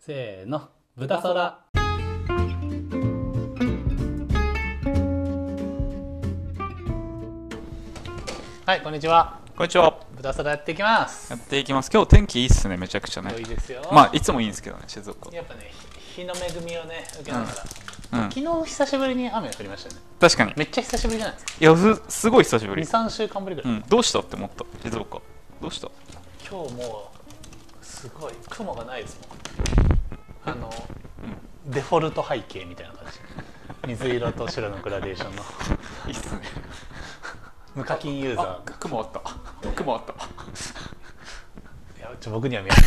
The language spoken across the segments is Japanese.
せーの、豚そら。はい、こんにちは。 こんにちは。 豚そらやっていきます。 やっていきます。今日天気いいっすね、めちゃくちゃね。 いいですよ。 まあいつもいいんですけどね、静岡。 やっぱね、日の恵みをね受けながら、 うん、 昨日久しぶりに雨降りましたよね。 確かに。 めっちゃ久しぶりじゃないですか。 いや、すごい久しぶり。 2、3週間ぶりぐらい、 どうしたって思った。静岡どうした。 今日もうすごい雲がないですもん。デフォルト背景みたいな感じ。水色と白のグラデーションのいいっすね。 無課金ユーザー。 雲あった雲あった。 いや、僕には見え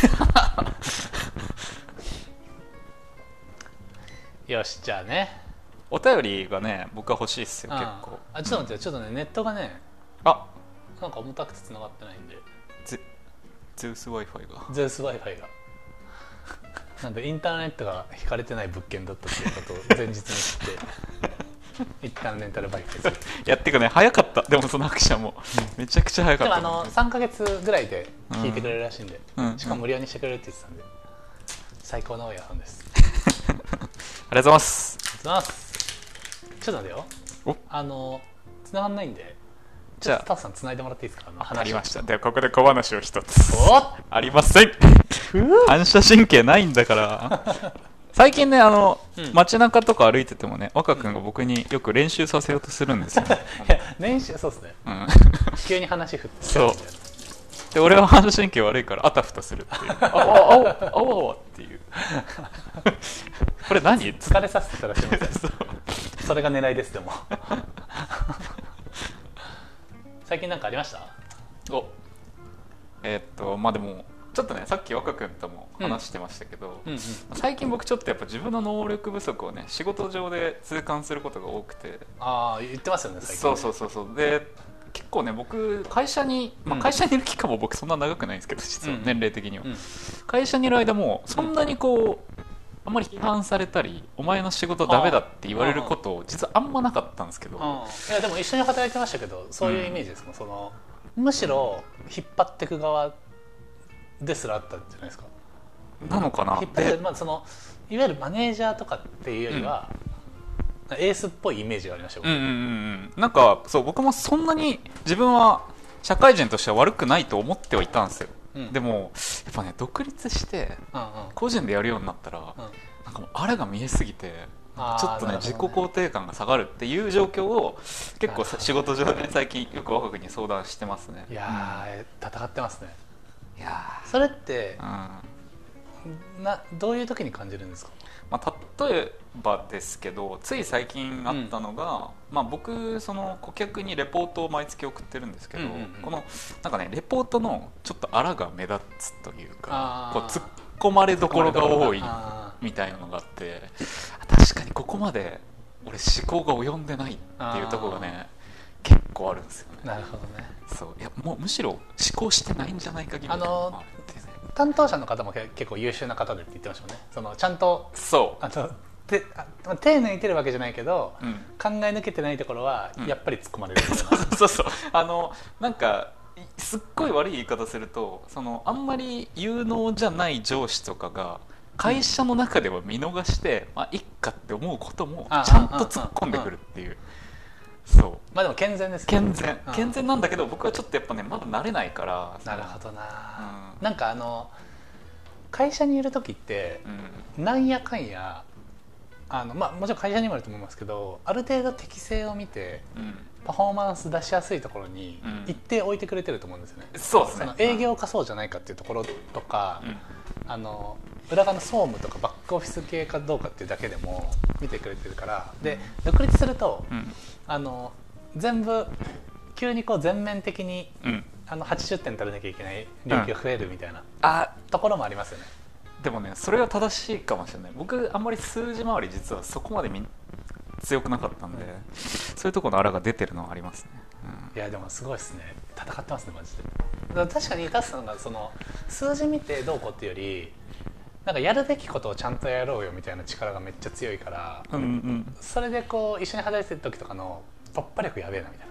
ないよし、じゃあね、 お便りがね、僕は欲しいっすよ、結構。 ちょっと待って、ちょっとね、ネットがね、なんか重たくて繋がってないんで。 ゼウス Wi-Fi が。 ゼウス Wi-Fi がなんでインターネットが引かれてない物件だったっていうことを前日に知って一旦レンタルバイクする。 いやってかね、早かった。でもそのアクションもめちゃくちゃ早かった。 でも3ヶ月ぐらいで引いてくれるらしいんで、しかも無料にしてくれるって言ってたんで、最高のイヤホンです。 ありがとうございます。 ありがとうございます。ちょっと待ってよ。繋がんないんで、じゃあスタッフさん繋いでもらっていいですか。 ありました。ではここで小話を一つ。ありません。反射神経ないんだから。最近ね、街中とか歩いててもね、若君が僕によく練習させようとするんですよ。 いや、練習、そうですね。急に話振って。 そう。で、俺は反射神経悪いからあたふたするっていう。あわっていう。これ何？ 疲れさせてたらしいんですよ。それが狙いです。でも最近なんかありました？ まあでもちょっとね、さっき若君とも話してましたけど、最近僕ちょっとやっぱ自分の能力不足をね、仕事上で痛感することが多くて。 言ってますよね、最近。 そうで、結構ね、僕会社に、会社にいる期間も僕そんな長くないんですけど、実は年齢的には、会社にいる間もそんなにこうあんまり批判されたり、お前の仕事ダメだって言われること実はあんまなかったんですけど、 いやでも一緒に働いてましたけど、そういうイメージですもん。そのむしろ引っ張っていく側ですらあったんじゃないですか。 なのかな。 引っ張って、そのいわゆるマネージャーとかっていうよりは、エースっぽいイメージがありましたよ。 なんかそう、僕もそんなに自分は社会人としては悪くないと思ってはいたんですよ。でもやっぱね、独立して個人でやるようになったら、なんかもうあれが見えすぎて、ちょっとね、自己肯定感が下がるっていう状況を結構仕事上で最近よく若くに相談してますね。 いやー、戦ってますね。 いやそれって、どういう時に感じるんですか？ 例えばですけど、つい最近あったのが、僕その顧客にレポートを毎月送ってるんですけど、このなんかね、レポートのちょっとあらが目立つというか、こう突っ込まれどころが多いみたいなのがあって、確かにここまで俺思考が及んでないっていうところがね、結構あるんですよね。 なるほどね。 そう、いやもうむしろ思考してないんじゃないか気味が担当者の方も結構優秀な方でって言ってましたもんね。そのちゃんと手抜いてるわけじゃないけど、考え抜けてないところはやっぱり突っ込まれる。 そうなんかすっごい悪い言い方すると、そのあんまり有能じゃない上司とかが会社の中では見逃して、いっかって思うこともちゃんと突っ込んでくるっていう。そうでも健全ですね。 健全なんだけど、僕はちょっとやっぱね、まだ慣れないから。 なるほどな。なんか会社にいる時って、なんやかんやもちろん会社にもあると思いますけど、ある程度適性を見て、パフォーマンス出しやすいところに一定置いてくれてると思うんですよね。 そうですね。 営業かそうじゃないかっていうところとか、裏側の総務とかバックオフィス系かどうかっていうだけでも見てくれてるから。で独立すると、全部急にこう全面的に、80点取らなきゃいけない領域が増えるみたいな、ところもありますよね。 でもね、それは正しいかもしれない。僕あんまり数字回り実はそこまで強くなかったんで、そういうところのあらが出てるのはありますね。 いやでもすごいですね。戦ってますね、マジで。だから確かにタスさんがその数字見てどうこうっていうより、なんかやるべきことをちゃんとやろうよみたいな力がめっちゃ強いから、それでこう一緒に働いてる時とかの突破力やべえなみたいな。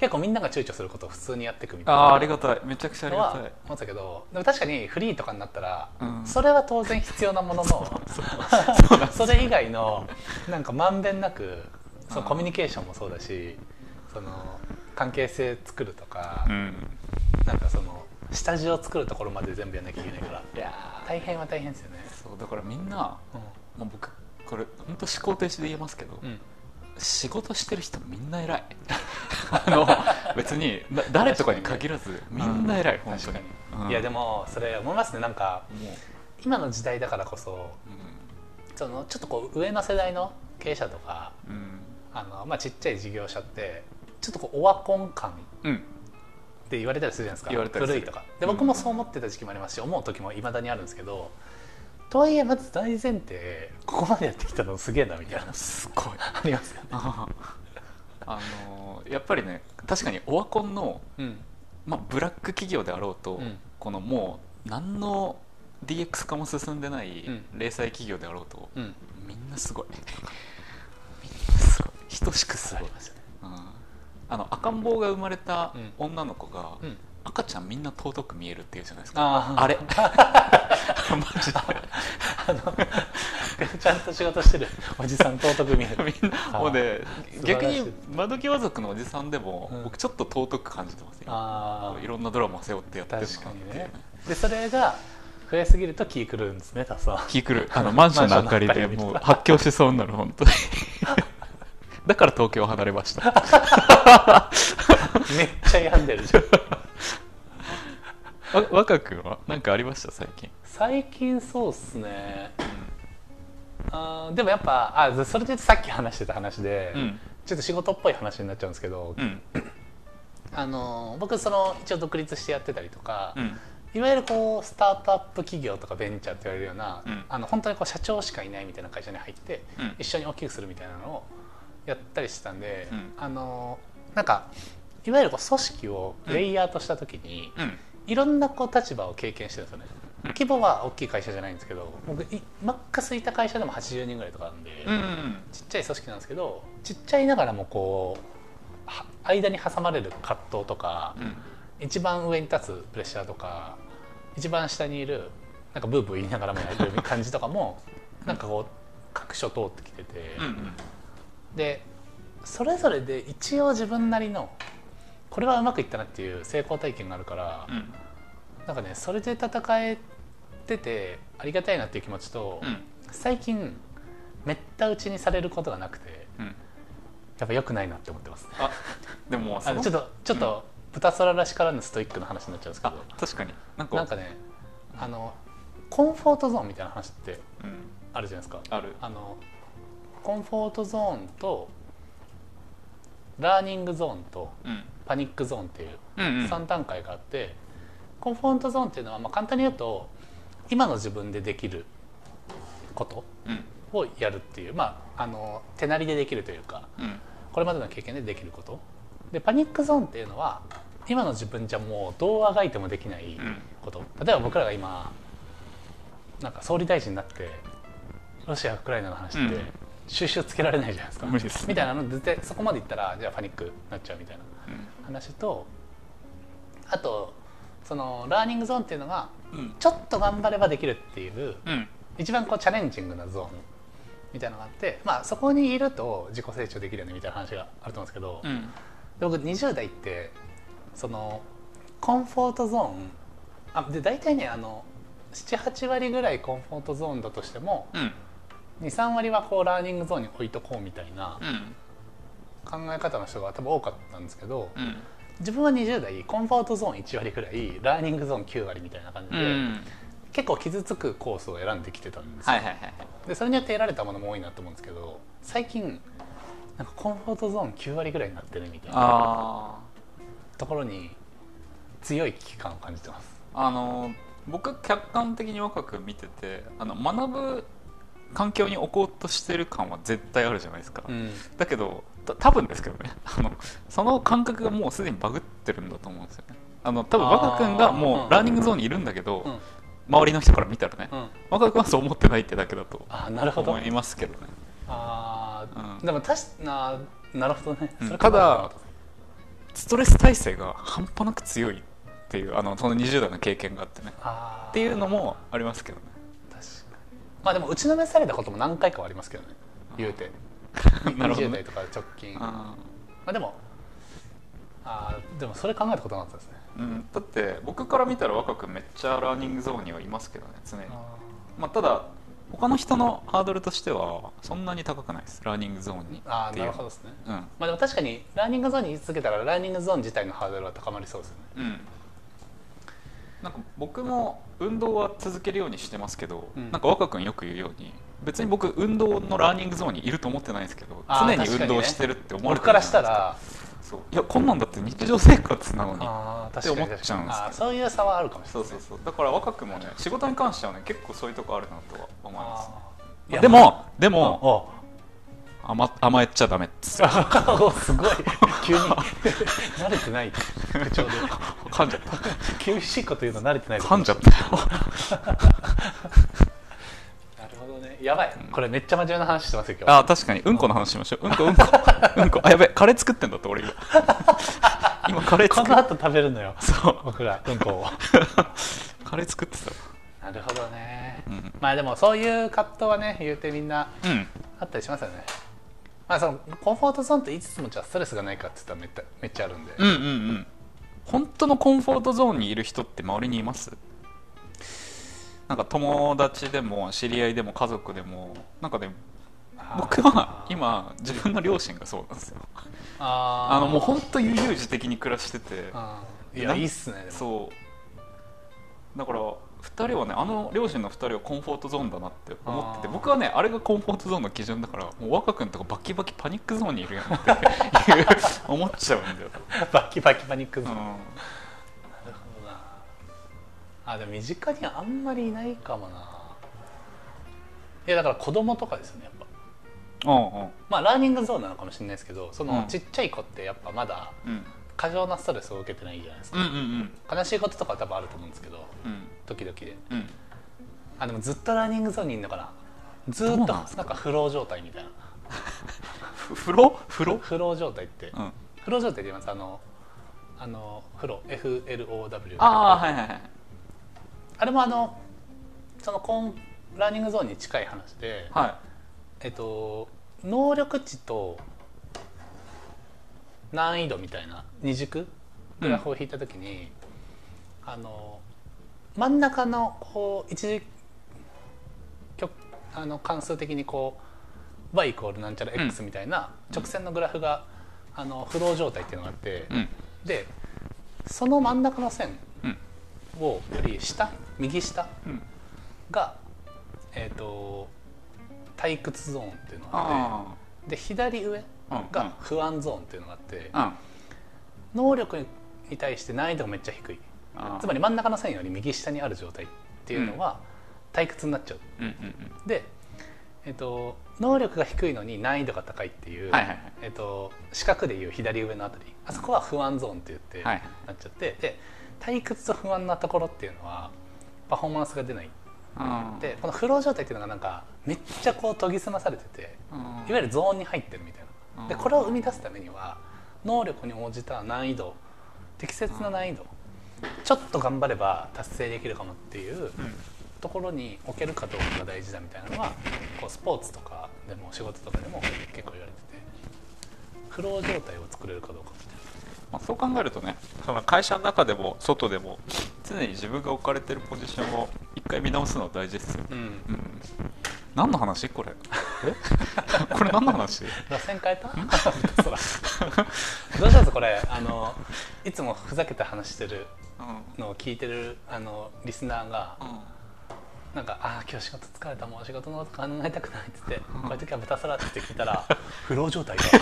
結構みんなが躊躇することを普通にやっていくみたいなありがたい、めちゃくちゃありがたい思ったけど、でも確かにフリーとかになったら、 うん、 それは当然必要なもののそれ以外のなんかまんべんなくそのコミュニケーションもそうだし、その関係性作るとか、 うん、 なんかその下地を作るところまで全部やんなきゃいけないから、いや大変は大変ですよね。 そうだからみんな、もう僕これ本当思考停止で言えますけど、仕事してる人みんな偉い別に誰とかに限らずみんな偉い、本当に、 いやでもそれ思いますね。なんか今の時代だからこそ、そのちょっとこう上の世代の経営者とか、ちっちゃい事業者ってちょっとこうオワコン感って言われたりするじゃないですか、古いとかで。僕もそう思ってた時期もありますし、思う時もいまだにあるんですけど、とはいえまず大前提ここまでやってきたのすげえなみたいな、 すごいありますよねやっぱりね、確かにオワコンの、ブラック企業であろうと、このもう何の DX 化も進んでない零細企業であろうと、みんなすごいみんなすごい、等しくすごいですよね。赤ん坊が生まれた女の子が、赤ちゃんみんな尊く見えるっていうじゃないですか。あれマジでちゃんと仕事してるおじさん尊く見えるみんなもうね、逆に窓際族のおじさんでも、僕ちょっと尊く感じてますよ。いろんなドラマを背負ってやってるのかなっていうね。 でそれが増えすぎると気狂うんですね。 気狂う。マンションの明かりでもう発狂しそうになる、本当にだから東京を離れましためっちゃ病んでるじゃん若君は何かありました？ 最近そうっすね、でもやっぱそれでさっき話してた話で、ちょっと仕事っぽい話になっちゃうんですけど、僕一応独立してやってたりとか、いわゆるこうスタートアップ企業とかベンチャーって言われるような、本当にこう社長しかいないみたいな会社に入って、一緒に大きくするみたいなのをやったりしてたんで、なんかいわゆるこう組織をレイヤーとした時に、いろんなこう立場を経験してるんですよね。規模は大きい会社じゃないんですけど、僕マックスいた会社でも80人ぐらいとかなんで、ちっちゃい組織なんですけど、ちっちゃいながらもこう間に挟まれる葛藤とか、一番上に立つプレッシャーとか、一番下にいるなんかブーブー言いながらもやる感じとかもなんかこう各所通ってきてて、でそれぞれで一応自分なりのこれはうまくいったなっていう成功体験があるから、なんかね、それで戦えててありがたいなっていう気持ちと、最近めった打ちにされることがなくて、やっぱ良くないなって思ってます。 でもちょっと豚空らしからぬストイックな話になっちゃうんですけど、 確かになんかね、 コンフォートゾーンみたいな話ってあるじゃないですか。 ある。 コンフォートゾーンとラーニングゾーンとパニックゾーンっていう3段階があって、コンフォートゾーンっていうのは簡単に言うと今の自分でできることをやるっていう、手なりでできるというか、これまでの経験でできることで、パニックゾーンっていうのは今の自分じゃもうどうあがいてもできないこと、例えば僕らが今なんか総理大臣になってロシアウクライナの話って収集つけられないじゃないですか。 無理ですね、 みたいなのでそこまでいったらじゃあパニックになっちゃうみたいな話と、あとそのラーニングゾーンっていうのがちょっと頑張ればできるっていう、一番こうチャレンジングなゾーンみたいなのがあって、そこにいると自己成長できるよねみたいな話があると思うんですけど、で僕20代ってそのコンフォートゾーンで大体ね7,8 割ぐらいコンフォートゾーンだとしても、2,3 割はこうラーニングゾーンに置いとこうみたいな考え方の人が多分多かったんですけど、自分は20代コンフォートゾーン1割ぐらいラーニングゾーン9割みたいな感じで、結構傷つくコースを選んできてたんですよ。でそれによって得られたものも多いなと思うんですけど、最近なんかコンフォートゾーン9割ぐらいになってるみたいなところに強い危機感を感じてます。 僕客観的に若く見てて、学ぶ環境に置こうとしてる感は絶対あるじゃないですか、だけど多分ですけどねその感覚がもうすでにバグってるんだと思うんですよね。多分若君がもうラーニングゾーンにいるんだけど、周りの人から見たらね、若君はそう思ってないってだけだと思いますけどね。 でもなるほどね。 ただストレス耐性が半端なく強いっていうその20代の経験があってねっていうのもありますけどね。 確かに。まあでも打ちのめされたことも何回かはありますけどね、言うてなるほど、ね、 20代とか直近まあでもそれ考えたことなかったですね、 うん、だって僕から見たら若くめっちゃラーニングゾーンにはいますけどね常に。まあ、ただ他の人のハードルとしてはそんなに高くないです、ラーニングゾーンにっていう。 なるほどですね、 うん、 まあでも確かにラーニングゾーンに居続けたらラーニングゾーン自体のハードルは高まりそうですよね。 うん、なんか僕も運動は続けるようにしてますけど、なんか若君よく言うように別に僕運動のラーニングゾーンにいると思ってないんですけど、常に運動してるって思われてるじゃないですか。僕からしたらそういやこんなんだって日常生活なのにって思っちゃうんですけど、 そういう差はあるかもしれない。 そうだから若くもね仕事に関してはね結構そういうとこあるなとは思いますね。でも甘えちゃダメっつすごい急に慣れてない口調で噛んじゃった厳しいこと言うの慣れてない噛んじゃったよなるほどね。やばい、これめっちゃ真面目な話してますよ今日。 確かにうんこの話しましょう。うんこやべカレー作ってんだって俺今カレーこの後食べるのよ。 そう僕らうんこをカレー作ってた。 なるほどね、まあでもそういう葛藤はね言うてみんなあったりしますよね。まあそのコンフォートゾーンと言いつつもじゃあストレスがないかって言ったらめっちゃあるんで、 本当のコンフォートゾーンにいる人って周りにいます？なんか友達でも知り合いでも家族でもなんかね僕は今自分の両親がそうなんですよ。もう本当悠々自適に暮らしてて、 いやいいっすね。でもそうだから2人はね両親の2人はコンフォートゾーンだなって思ってて、僕はねあれがコンフォートゾーンの基準だからもう若君とかバキバキパニックゾーンにいるやんって思っちゃうんだよバキバキパニックゾーン、なるほどな。でも身近にはあんまりいないかもな。いやだから子供とかですよねやっぱ。まあラーニングゾーンなのかもしれないですけど、そのちっちゃい子ってやっぱまだ過剰なストレスを受けてないじゃないですか。悲しいこととかは多分あると思うんですけど、時々で、でもずっとラーニングゾーンにいるのかな。ずっとなんかフロー状態みたいなフロー状態って、フロー状態って言います。フロ FLOW あれもそのラーニングゾーンに近い話で、能力値と難易度みたいな二軸グラフを引いた時に、真ん中のこう一時関数的にこう y イコールなんちゃら x みたいな直線のグラフがフロー状態っていうのがあって、でその真ん中の線をより右下が、退屈ゾーンっていうのがあって、で左上が不安ゾーンっていうのがあって、能力に対して難易度がめっちゃ低い、つまり真ん中の線より右下にある状態っていうのは退屈になっちゃう、で、能力が低いのに難易度が高いっていう、四角でいう左上のあたり、あそこは不安ゾーンって言ってなっちゃって、で退屈と不安なところっていうのはパフォーマンスが出ない。でこのフロー状態っていうのがなんかめっちゃこう研ぎ澄まされてて、いわゆるゾーンに入ってるみたいな。でこれを生み出すためには能力に応じた難易度、適切な難易度、ちょっと頑張れば達成できるかもっていうところに置けるかどうかが大事だみたいなのはこうスポーツとかでも仕事とかでも結構言われてて、フロー状態を作れるかどうかみたいな。 そう考えるとね、その会社の中でも外でも常に自分が置かれてるポジションを一回見直すのは大事ですよ。何の話これこれ何の話？ 路線変えた？どうしますこれいつもふざけて話してるのを聞いてるリスナーが、なんか今日仕事疲れた、もう仕事のこと考えたくないって言って、こういう時は豚皿って聞いたらフロー状態だ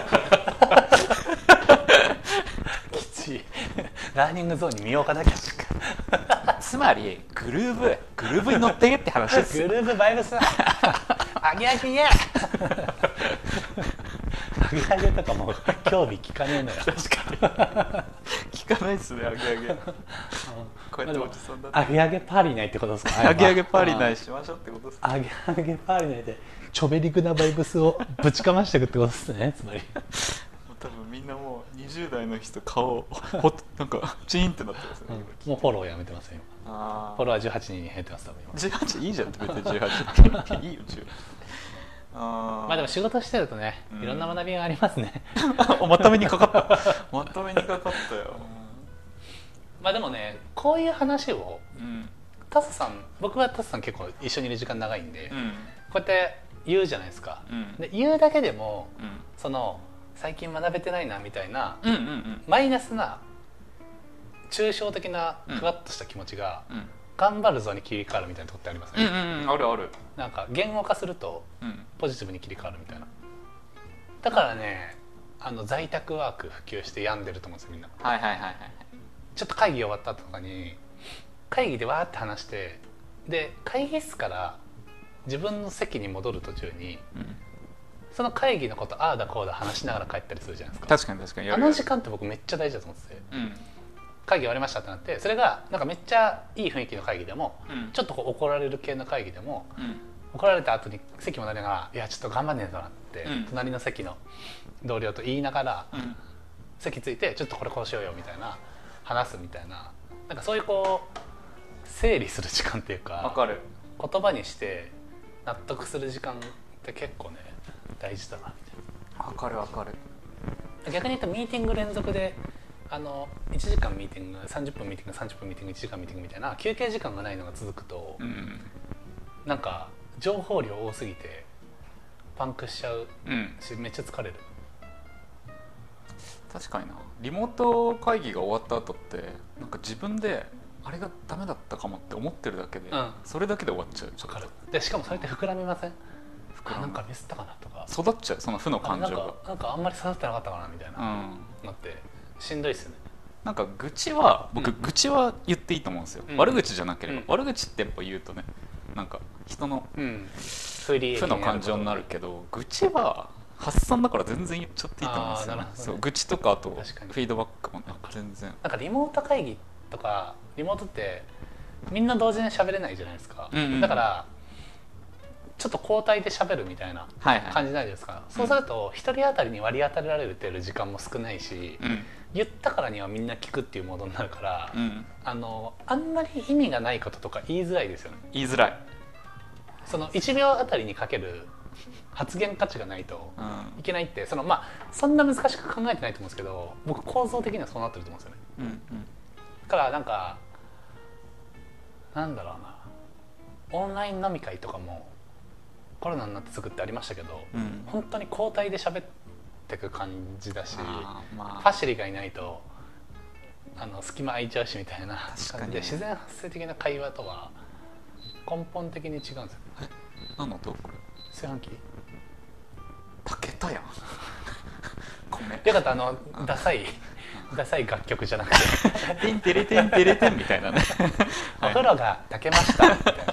きついラーニングゾーンに身を置かなきゃつまりグルーブに乗ってけって話ですグルーブバイブスアゲアゲイエアゲアゲとかも興味聞かねえのよ。 確かに聞かないっすね、アゲアゲこうやっておじさんだってアゲアゲパーリーないってことですか？ アゲアゲパーリーないしましょうってことですか？ アゲアゲパーリーないでちょべりくなバイブスをぶちかましていくってことですね、つまり多分みんなもうもう20代の人顔なんかチーンってなってますね、 もうフォローやめてますよ今。フォロワー18人に減ってます多分今。 18いいじゃんって別に18いいよ18。 まあでも仕事してるとね、いろんな学びがありますね。 まとめにかかったまとめにかかったよ。 まあでもね、こういう話を、タスさん、僕はタスさん結構一緒にいる時間長いんで、こうやって言うじゃないですか、で言うだけでも、その最近学べてないなみたいな、マイナスな抽象的なふわっとした気持ちが、頑張るぞに切り替わるみたいなとこってありますね。 あるある。 なんか言語化するとポジティブに切り替わるみたいな。だからね、在宅ワーク普及して病んでると思うんですよみんな。ちょっと会議終わった後とかに会議でわーって話して、で会議室から自分の席に戻る途中に、その会議のことああだこうだ話しながら帰ったりするじゃないですか。 確かに確かに。 あの時間って僕めっちゃ大事だと思ってて、会議終わりましたってなって、それがなんかめっちゃいい雰囲気の会議でも、ちょっとこう怒られる系の会議でも、怒られた後に席戻りながら「いやちょっと頑張んねえとな」って、隣の席の同僚と言いながら、席ついて「ちょっとこれこうしようよ」みたいな話すみたいな、なんかそういうこう整理する時間っていうか、 わかる。 言葉にして納得する時間って結構ね大事だなみたいな。 わかるわかる。 逆に言うとミーティング連続で1時間ミーティング30分ミーティング30分ミーティング1時間ミーティングみたいな休憩時間がないのが続くと、なんか情報量多すぎてパンクしちゃうし、めっちゃ疲れる。 確かにな。リモート会議が終わった後ってなんか自分であれがダメだったかもって思ってるだけで、それだけで終わっちゃう。 分かる。でしかもそれって膨らみません？なんかミスったかなとか育っちゃう、その負の感情が。 なんかあんまり育ってなかったかなみたいな、なってしんどいっすよね。 なんか愚痴は僕、愚痴は言っていいと思うんですよ、悪口じゃなければ。悪口ってやっぱ言うとね、なんか人の負の感情になるけど、愚痴は発散だから全然言っちゃっていいと思うんですよね。そう、愚痴とかあとフィードバックもね、全然。 なんかリモート会議とか、リモートってみんな同時に喋れないじゃないですか、だからちょっと交代で喋るみたいな感じないですか、そうすると一人当たりに割り当てられてる時間も少ないし、言ったからにはみんな聞くっていうモードになるから、あんまり意味がないこととか言いづらいですよね。 言いづらい。 その1秒あたりにかける発言価値がないといけないって、そんな難しく考えてないと思うんですけど、僕構造的にはそうなってると思うんですよね。だからなんかなんだろうな、オンライン飲み会とかもコロナになってすぐってありましたけど、本当に交代で喋ってく感じだし、ファシリがいないと隙間空いちゃうしみたいな感じで、自然発生的な会話とは根本的に違うんですよ。 何の音これ？ 炊飯器？ 炊けたやん。ごめん。 よかったダサい楽曲じゃなくてテンテレテンテレテンみたいなね。 お風呂が炊けましたみたいな。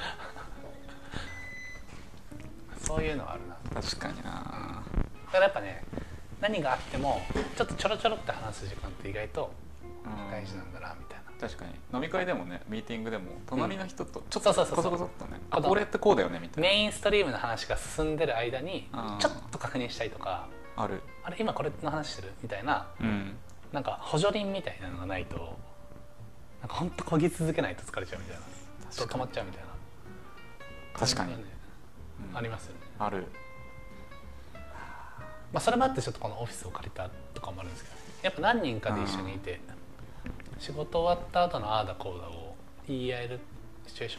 そういうのはあるな。 確かにな。だからやっぱね、何があってもちょっとちょろちょろって話す時間って意外と大事なんだなみたいな。 確かに飲み会でもね、ミーティングでも隣の人とちょっとコソコソっとね、あ、これってこうだよねみたいな、 メインストリームの話が進んでる間にちょっと確認したりとか、あれ今これの話してるみたいな、なんか補助輪みたいなのがないと、なんか本当こぎ続けないと疲れちゃうみたいな、止まっちゃうみたいな。 確かに、 ありますよね。 ある。 まあそれもあってちょっとこのオフィスを借りたとかもあるんですけど、やっぱ何人かで一緒にいて、仕事終わった後のああだこうだを言い合えるシチュエーショ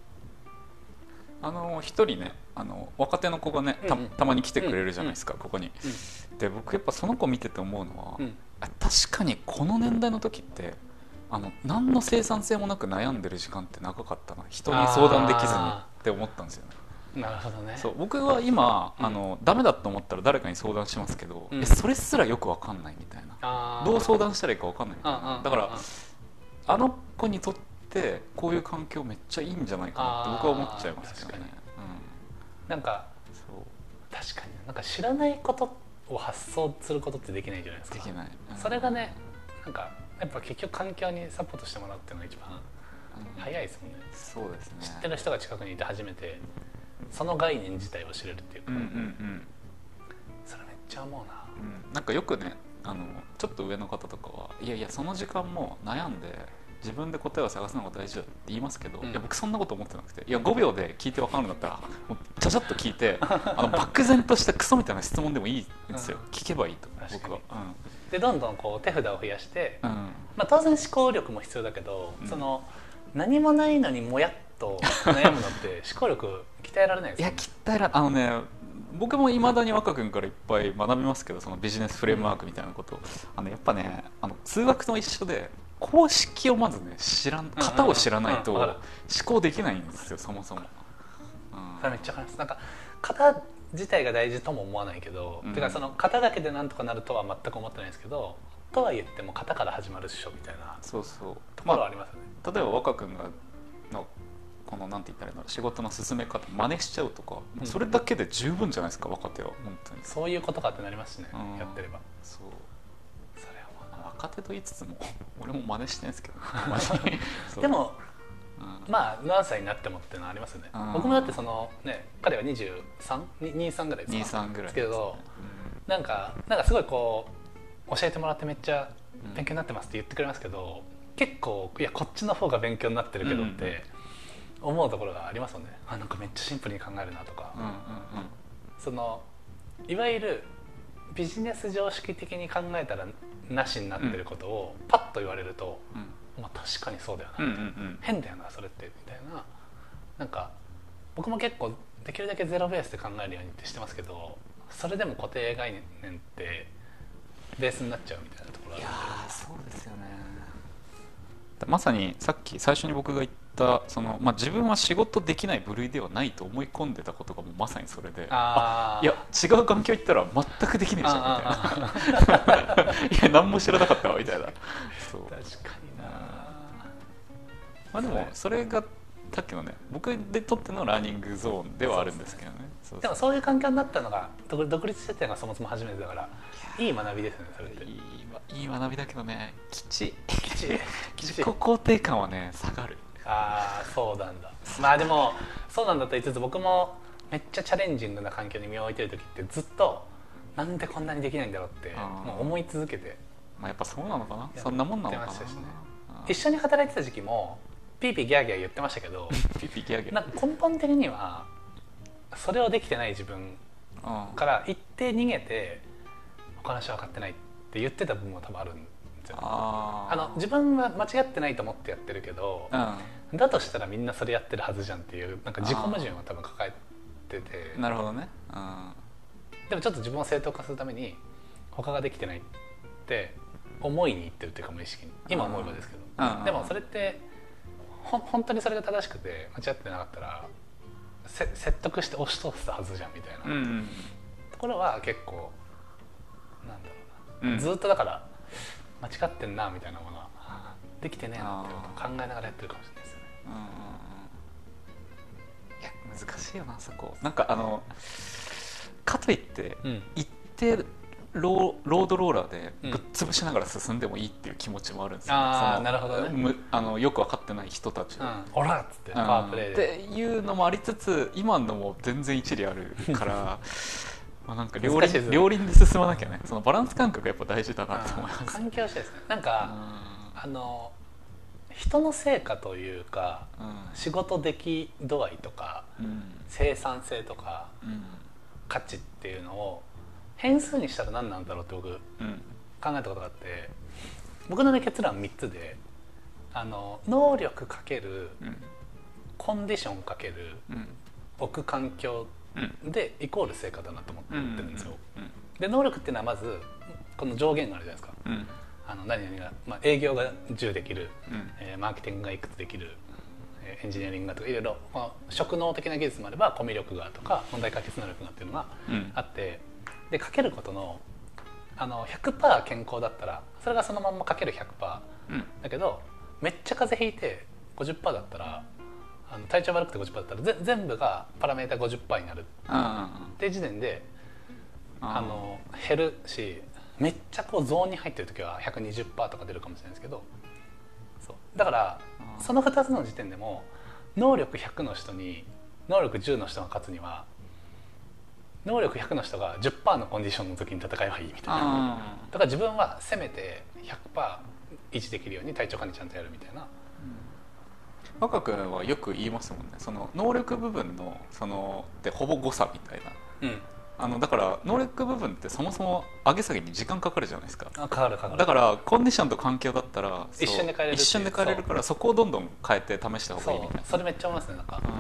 ン。 一人ね、若手の子がね、たまに来てくれるじゃないですか、ここに。で僕やっぱその子見てて思うのは、確かにこの年代の時って何の生産性もなく悩んでる時間って長かったな、人に相談できずにって思ったんですよね。 なるほどね。 そう、僕は今ダメだと思ったら誰かに相談しますけど、それすらよく分かんないみたいな、どう相談したらいいか分かんないみたいな。だからあの子にとってこういう環境めっちゃいいんじゃないかなって僕は思っちゃいますけどね。 なんか確かになんか知らないことを発想することってできないじゃないですか。 できない、 それがね、なんかやっぱ結局環境にサポートしてもらうっていうのが一番早いですもんね。 そうですね。 知ってる人が近くにいて初めてその概念自体を知れるっていうか、それめっちゃ思うな。 なんかよくね、 ちょっと上の方とかはいやいやその時間も悩んで自分で答えを探すのが大事だって言いますけど、いや僕そんなこと思ってなくて、いや5秒で聞いて分かるんだったらもうちゃちゃっと聞いて漠然としたクソみたいな質問でもいいんですよ、聞けばいいと僕は、 でどんどんこう手札を増やして、当然思考力も必要だけど、その何もないのにもやっと悩むのって思考力鍛えられないですか、ね、 いや鍛えら僕もいまだに若君からいっぱい学びますけど、そのビジネスフレームワークみたいなことやっぱね数学と一緒で公式をまずね型を知らないと思考できないんですよ、そもそも。 それめっちゃ分かります。なんか型自体が大事とも思わないけど、てかその型だけでなんとかなるとは全く思ってないんですけど、とは言っても型から始まるっしょみたいなところはありますよね。 例えば若君のこのなんて言ったらいいの仕事の進め方真似しちゃうとか、それだけで十分じゃないですか、若手は本当に。 そういうことかってなりますしね、やってれば。 そうそれは若手と言いつつも俺も真似してるんですけどでも何歳になってもっていうのはありますよね。僕もだってそのね、彼は23ぐらいですか、ですけど、なんかすごいこう教えてもらってめっちゃ勉強になってますって言ってくれますけど、結構いやこっちの方が勉強になってるけどって思うところがありますよね。なんかめっちゃシンプルに考えるなとか、そのいわゆるビジネス常識的に考えたらなしになってることをパッと言われると、確かにそうだよな、変だよなそれってみたいな。なんか僕も結構できるだけゼロベースで考えるようにってしてますけど、それでも固定概念ってベースになっちゃうみたいなところあるので。 いやそうですよね。まさにさっき最初に僕が言った自分は仕事できない部類ではないと思い込んでたことがもうまさにそれで、いや違う環境行ったら全くできないじゃんみたいな、いや何も知らなかったわみたいな。そう確かにな。 でもそれがさっきのね、僕でとってのラーニングゾーンではあるんですけどね。 でもそういう環境になったのが独立してたのがそもそも初めてだから、いい学びですねそれって。 いい学びだけどね、自己肯定感はね下がる。 そうなんだ。でもそうなんだと言いつつ、僕もめっちゃチャレンジングな環境に身を置いてる時ってずっとなんでこんなにできないんだろうってもう思い続けて、 やっぱそうなのかな、そんなもんなのかな。 一緒に働いてた時期もピーピーギャーギャー言ってましたけどピーピーギャーギャーなんか根本的にはそれをできてない自分から一定逃げて他の人は分かってないって言ってた部分も多分あるんですよ。自分は間違ってないと思ってやってるけど、だとしたらみんなそれやってるはずじゃんっていうなんか自己矛盾を多分抱えてて。なるほどね。 でもちょっと自分を正当化するために他ができてないって思いにいってるっていうか、無意識に今思えばですけど、でもそれって本当にそれが正しくて間違ってなかったら説得して押し通すはずじゃんみたいな、ところは結構なんだろうな、ずっとだから間違ってんなみたいなものはできてねえなってことを考えながらやってるかもしれないですよね。 いや難しいよなそこ。なんかかといって、一定ロードローラーでぶっ潰しながら進んでもいいっていう気持ちもあるんですよ、 なるほどね。 よく分かってない人たちオラっつってパワープレイでっていうのもありつつ、今のも全然一理あるからなんか両輪で進まなきゃね、そのバランス感覚がやっぱ大事だなと思います。 環境してですね、なんか人の成果というか、仕事出来度合いとか、生産性とか、価値っていうのを変数にしたら何なんだろうって僕、考えたことがあって、僕の、結論は3つで、能力かける、コンディションかける、置く環境でイコール成果だなと思ってるんですよ。で能力っていうのはまずこの上限があるじゃないですか。何々が、営業が10できる、マーケティングがいくつできる、エンジニアリングがとかいろいろ、職能的な技術もあればコミュ力がとか問題解決能力がっていうのがあって、でかけることの100% 健康だったらそれがそのまんまかける 100%、だけどめっちゃ風邪ひいて 50% だったら、体調悪くて 50% だったら全部がパラメータ 50% になるっていう時点で減るし、めっちゃこうゾーンに入ってる時は 120% とか出るかもしれないですけど、そうだからその2つの時点でも能力100の人に能力10の人が勝つには能力100の人が 10% のコンディションの時に戦えばいいみたいな。だから自分はせめて 100% 維持できるように体調管理ちゃんとやるみたいな。 若君はよく言いますもんね、その能力部分のそのってほぼ誤差みたいな、だから能力部分ってそもそも上げ下げに時間かかるじゃないですか。 かかるだからコンディションと環境だったら一瞬で変えれるから、そこをどんどん変えて試した方がいいみたいな。 それめっちゃ思いますね。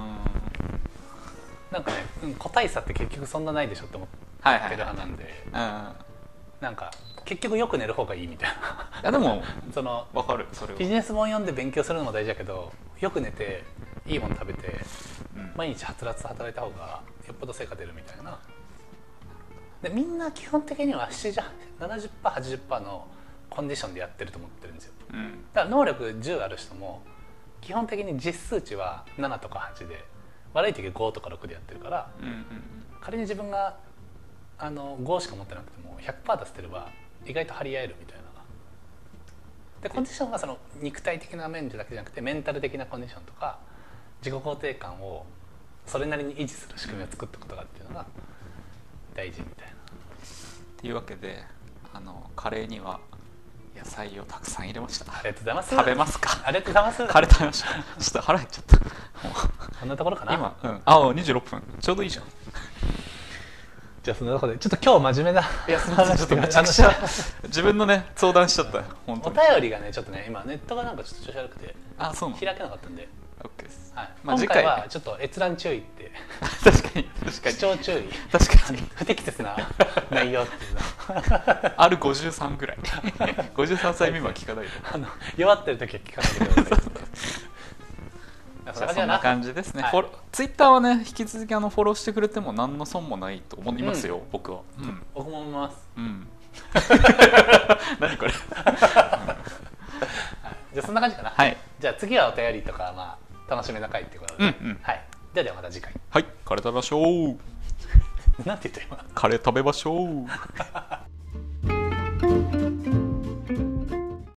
なんかね、個体差って結局そんなないでしょって思ってる派なんで、なんか結局よく寝る方がいいみたいな。 いやでもその分かる、それはビジネス本読んで勉強するのも大事だけど、よく寝ていいもの食べて、毎日はつらつ働いた方がよっぽど成果出るみたいな。でみんな基本的には 70%、80% のコンディションでやってると思ってるんですよ。だから能力10ある人も基本的に実数値は7とか8で、悪い時は5とか6でやってるから、仮に自分が5しか持ってなくても 100% 出せてれば意外と張り合えるみたいな。でコンディションはその肉体的な面だけじゃなくてメンタル的なコンディションとか自己肯定感をそれなりに維持する仕組みを作っていくことがっていうのが大事みたいな。 っていうわけでカレーには野菜をたくさん入れました。 ありがとうございます。 食べますか？ ありがとうございます。 カレー食べました。ちょっと腹減っちゃった。 こんなところかな。 今、26分ちょうどいいじゃん。 じゃあそのところでちょっと今日真面目な、 いやちょっとめちゃくちゃ自分のね相談しちゃったよ本当に。 お便りがねちょっとね今ネットがなんかちょっと調子悪くてそうなの開けなかったんで。 OK です。 今回はちょっと閲覧注意って確かに視聴注意、 確かに不適切な内容っていうの 53ぐらい53歳未満聞かないで弱ってる時は聞かないでください。 そんな感じですね。ツイッターはね引き続きフォローしてくれても何の損もないと思いますよ、僕は。 僕も思います。 何これ。 じゃあそんな感じかな。じゃあ次はお便りとかまあ楽しめな回っていうことで、ではまた次回。 はい、カレー食べましょう。 なんて言った今。 カレー食べましょう。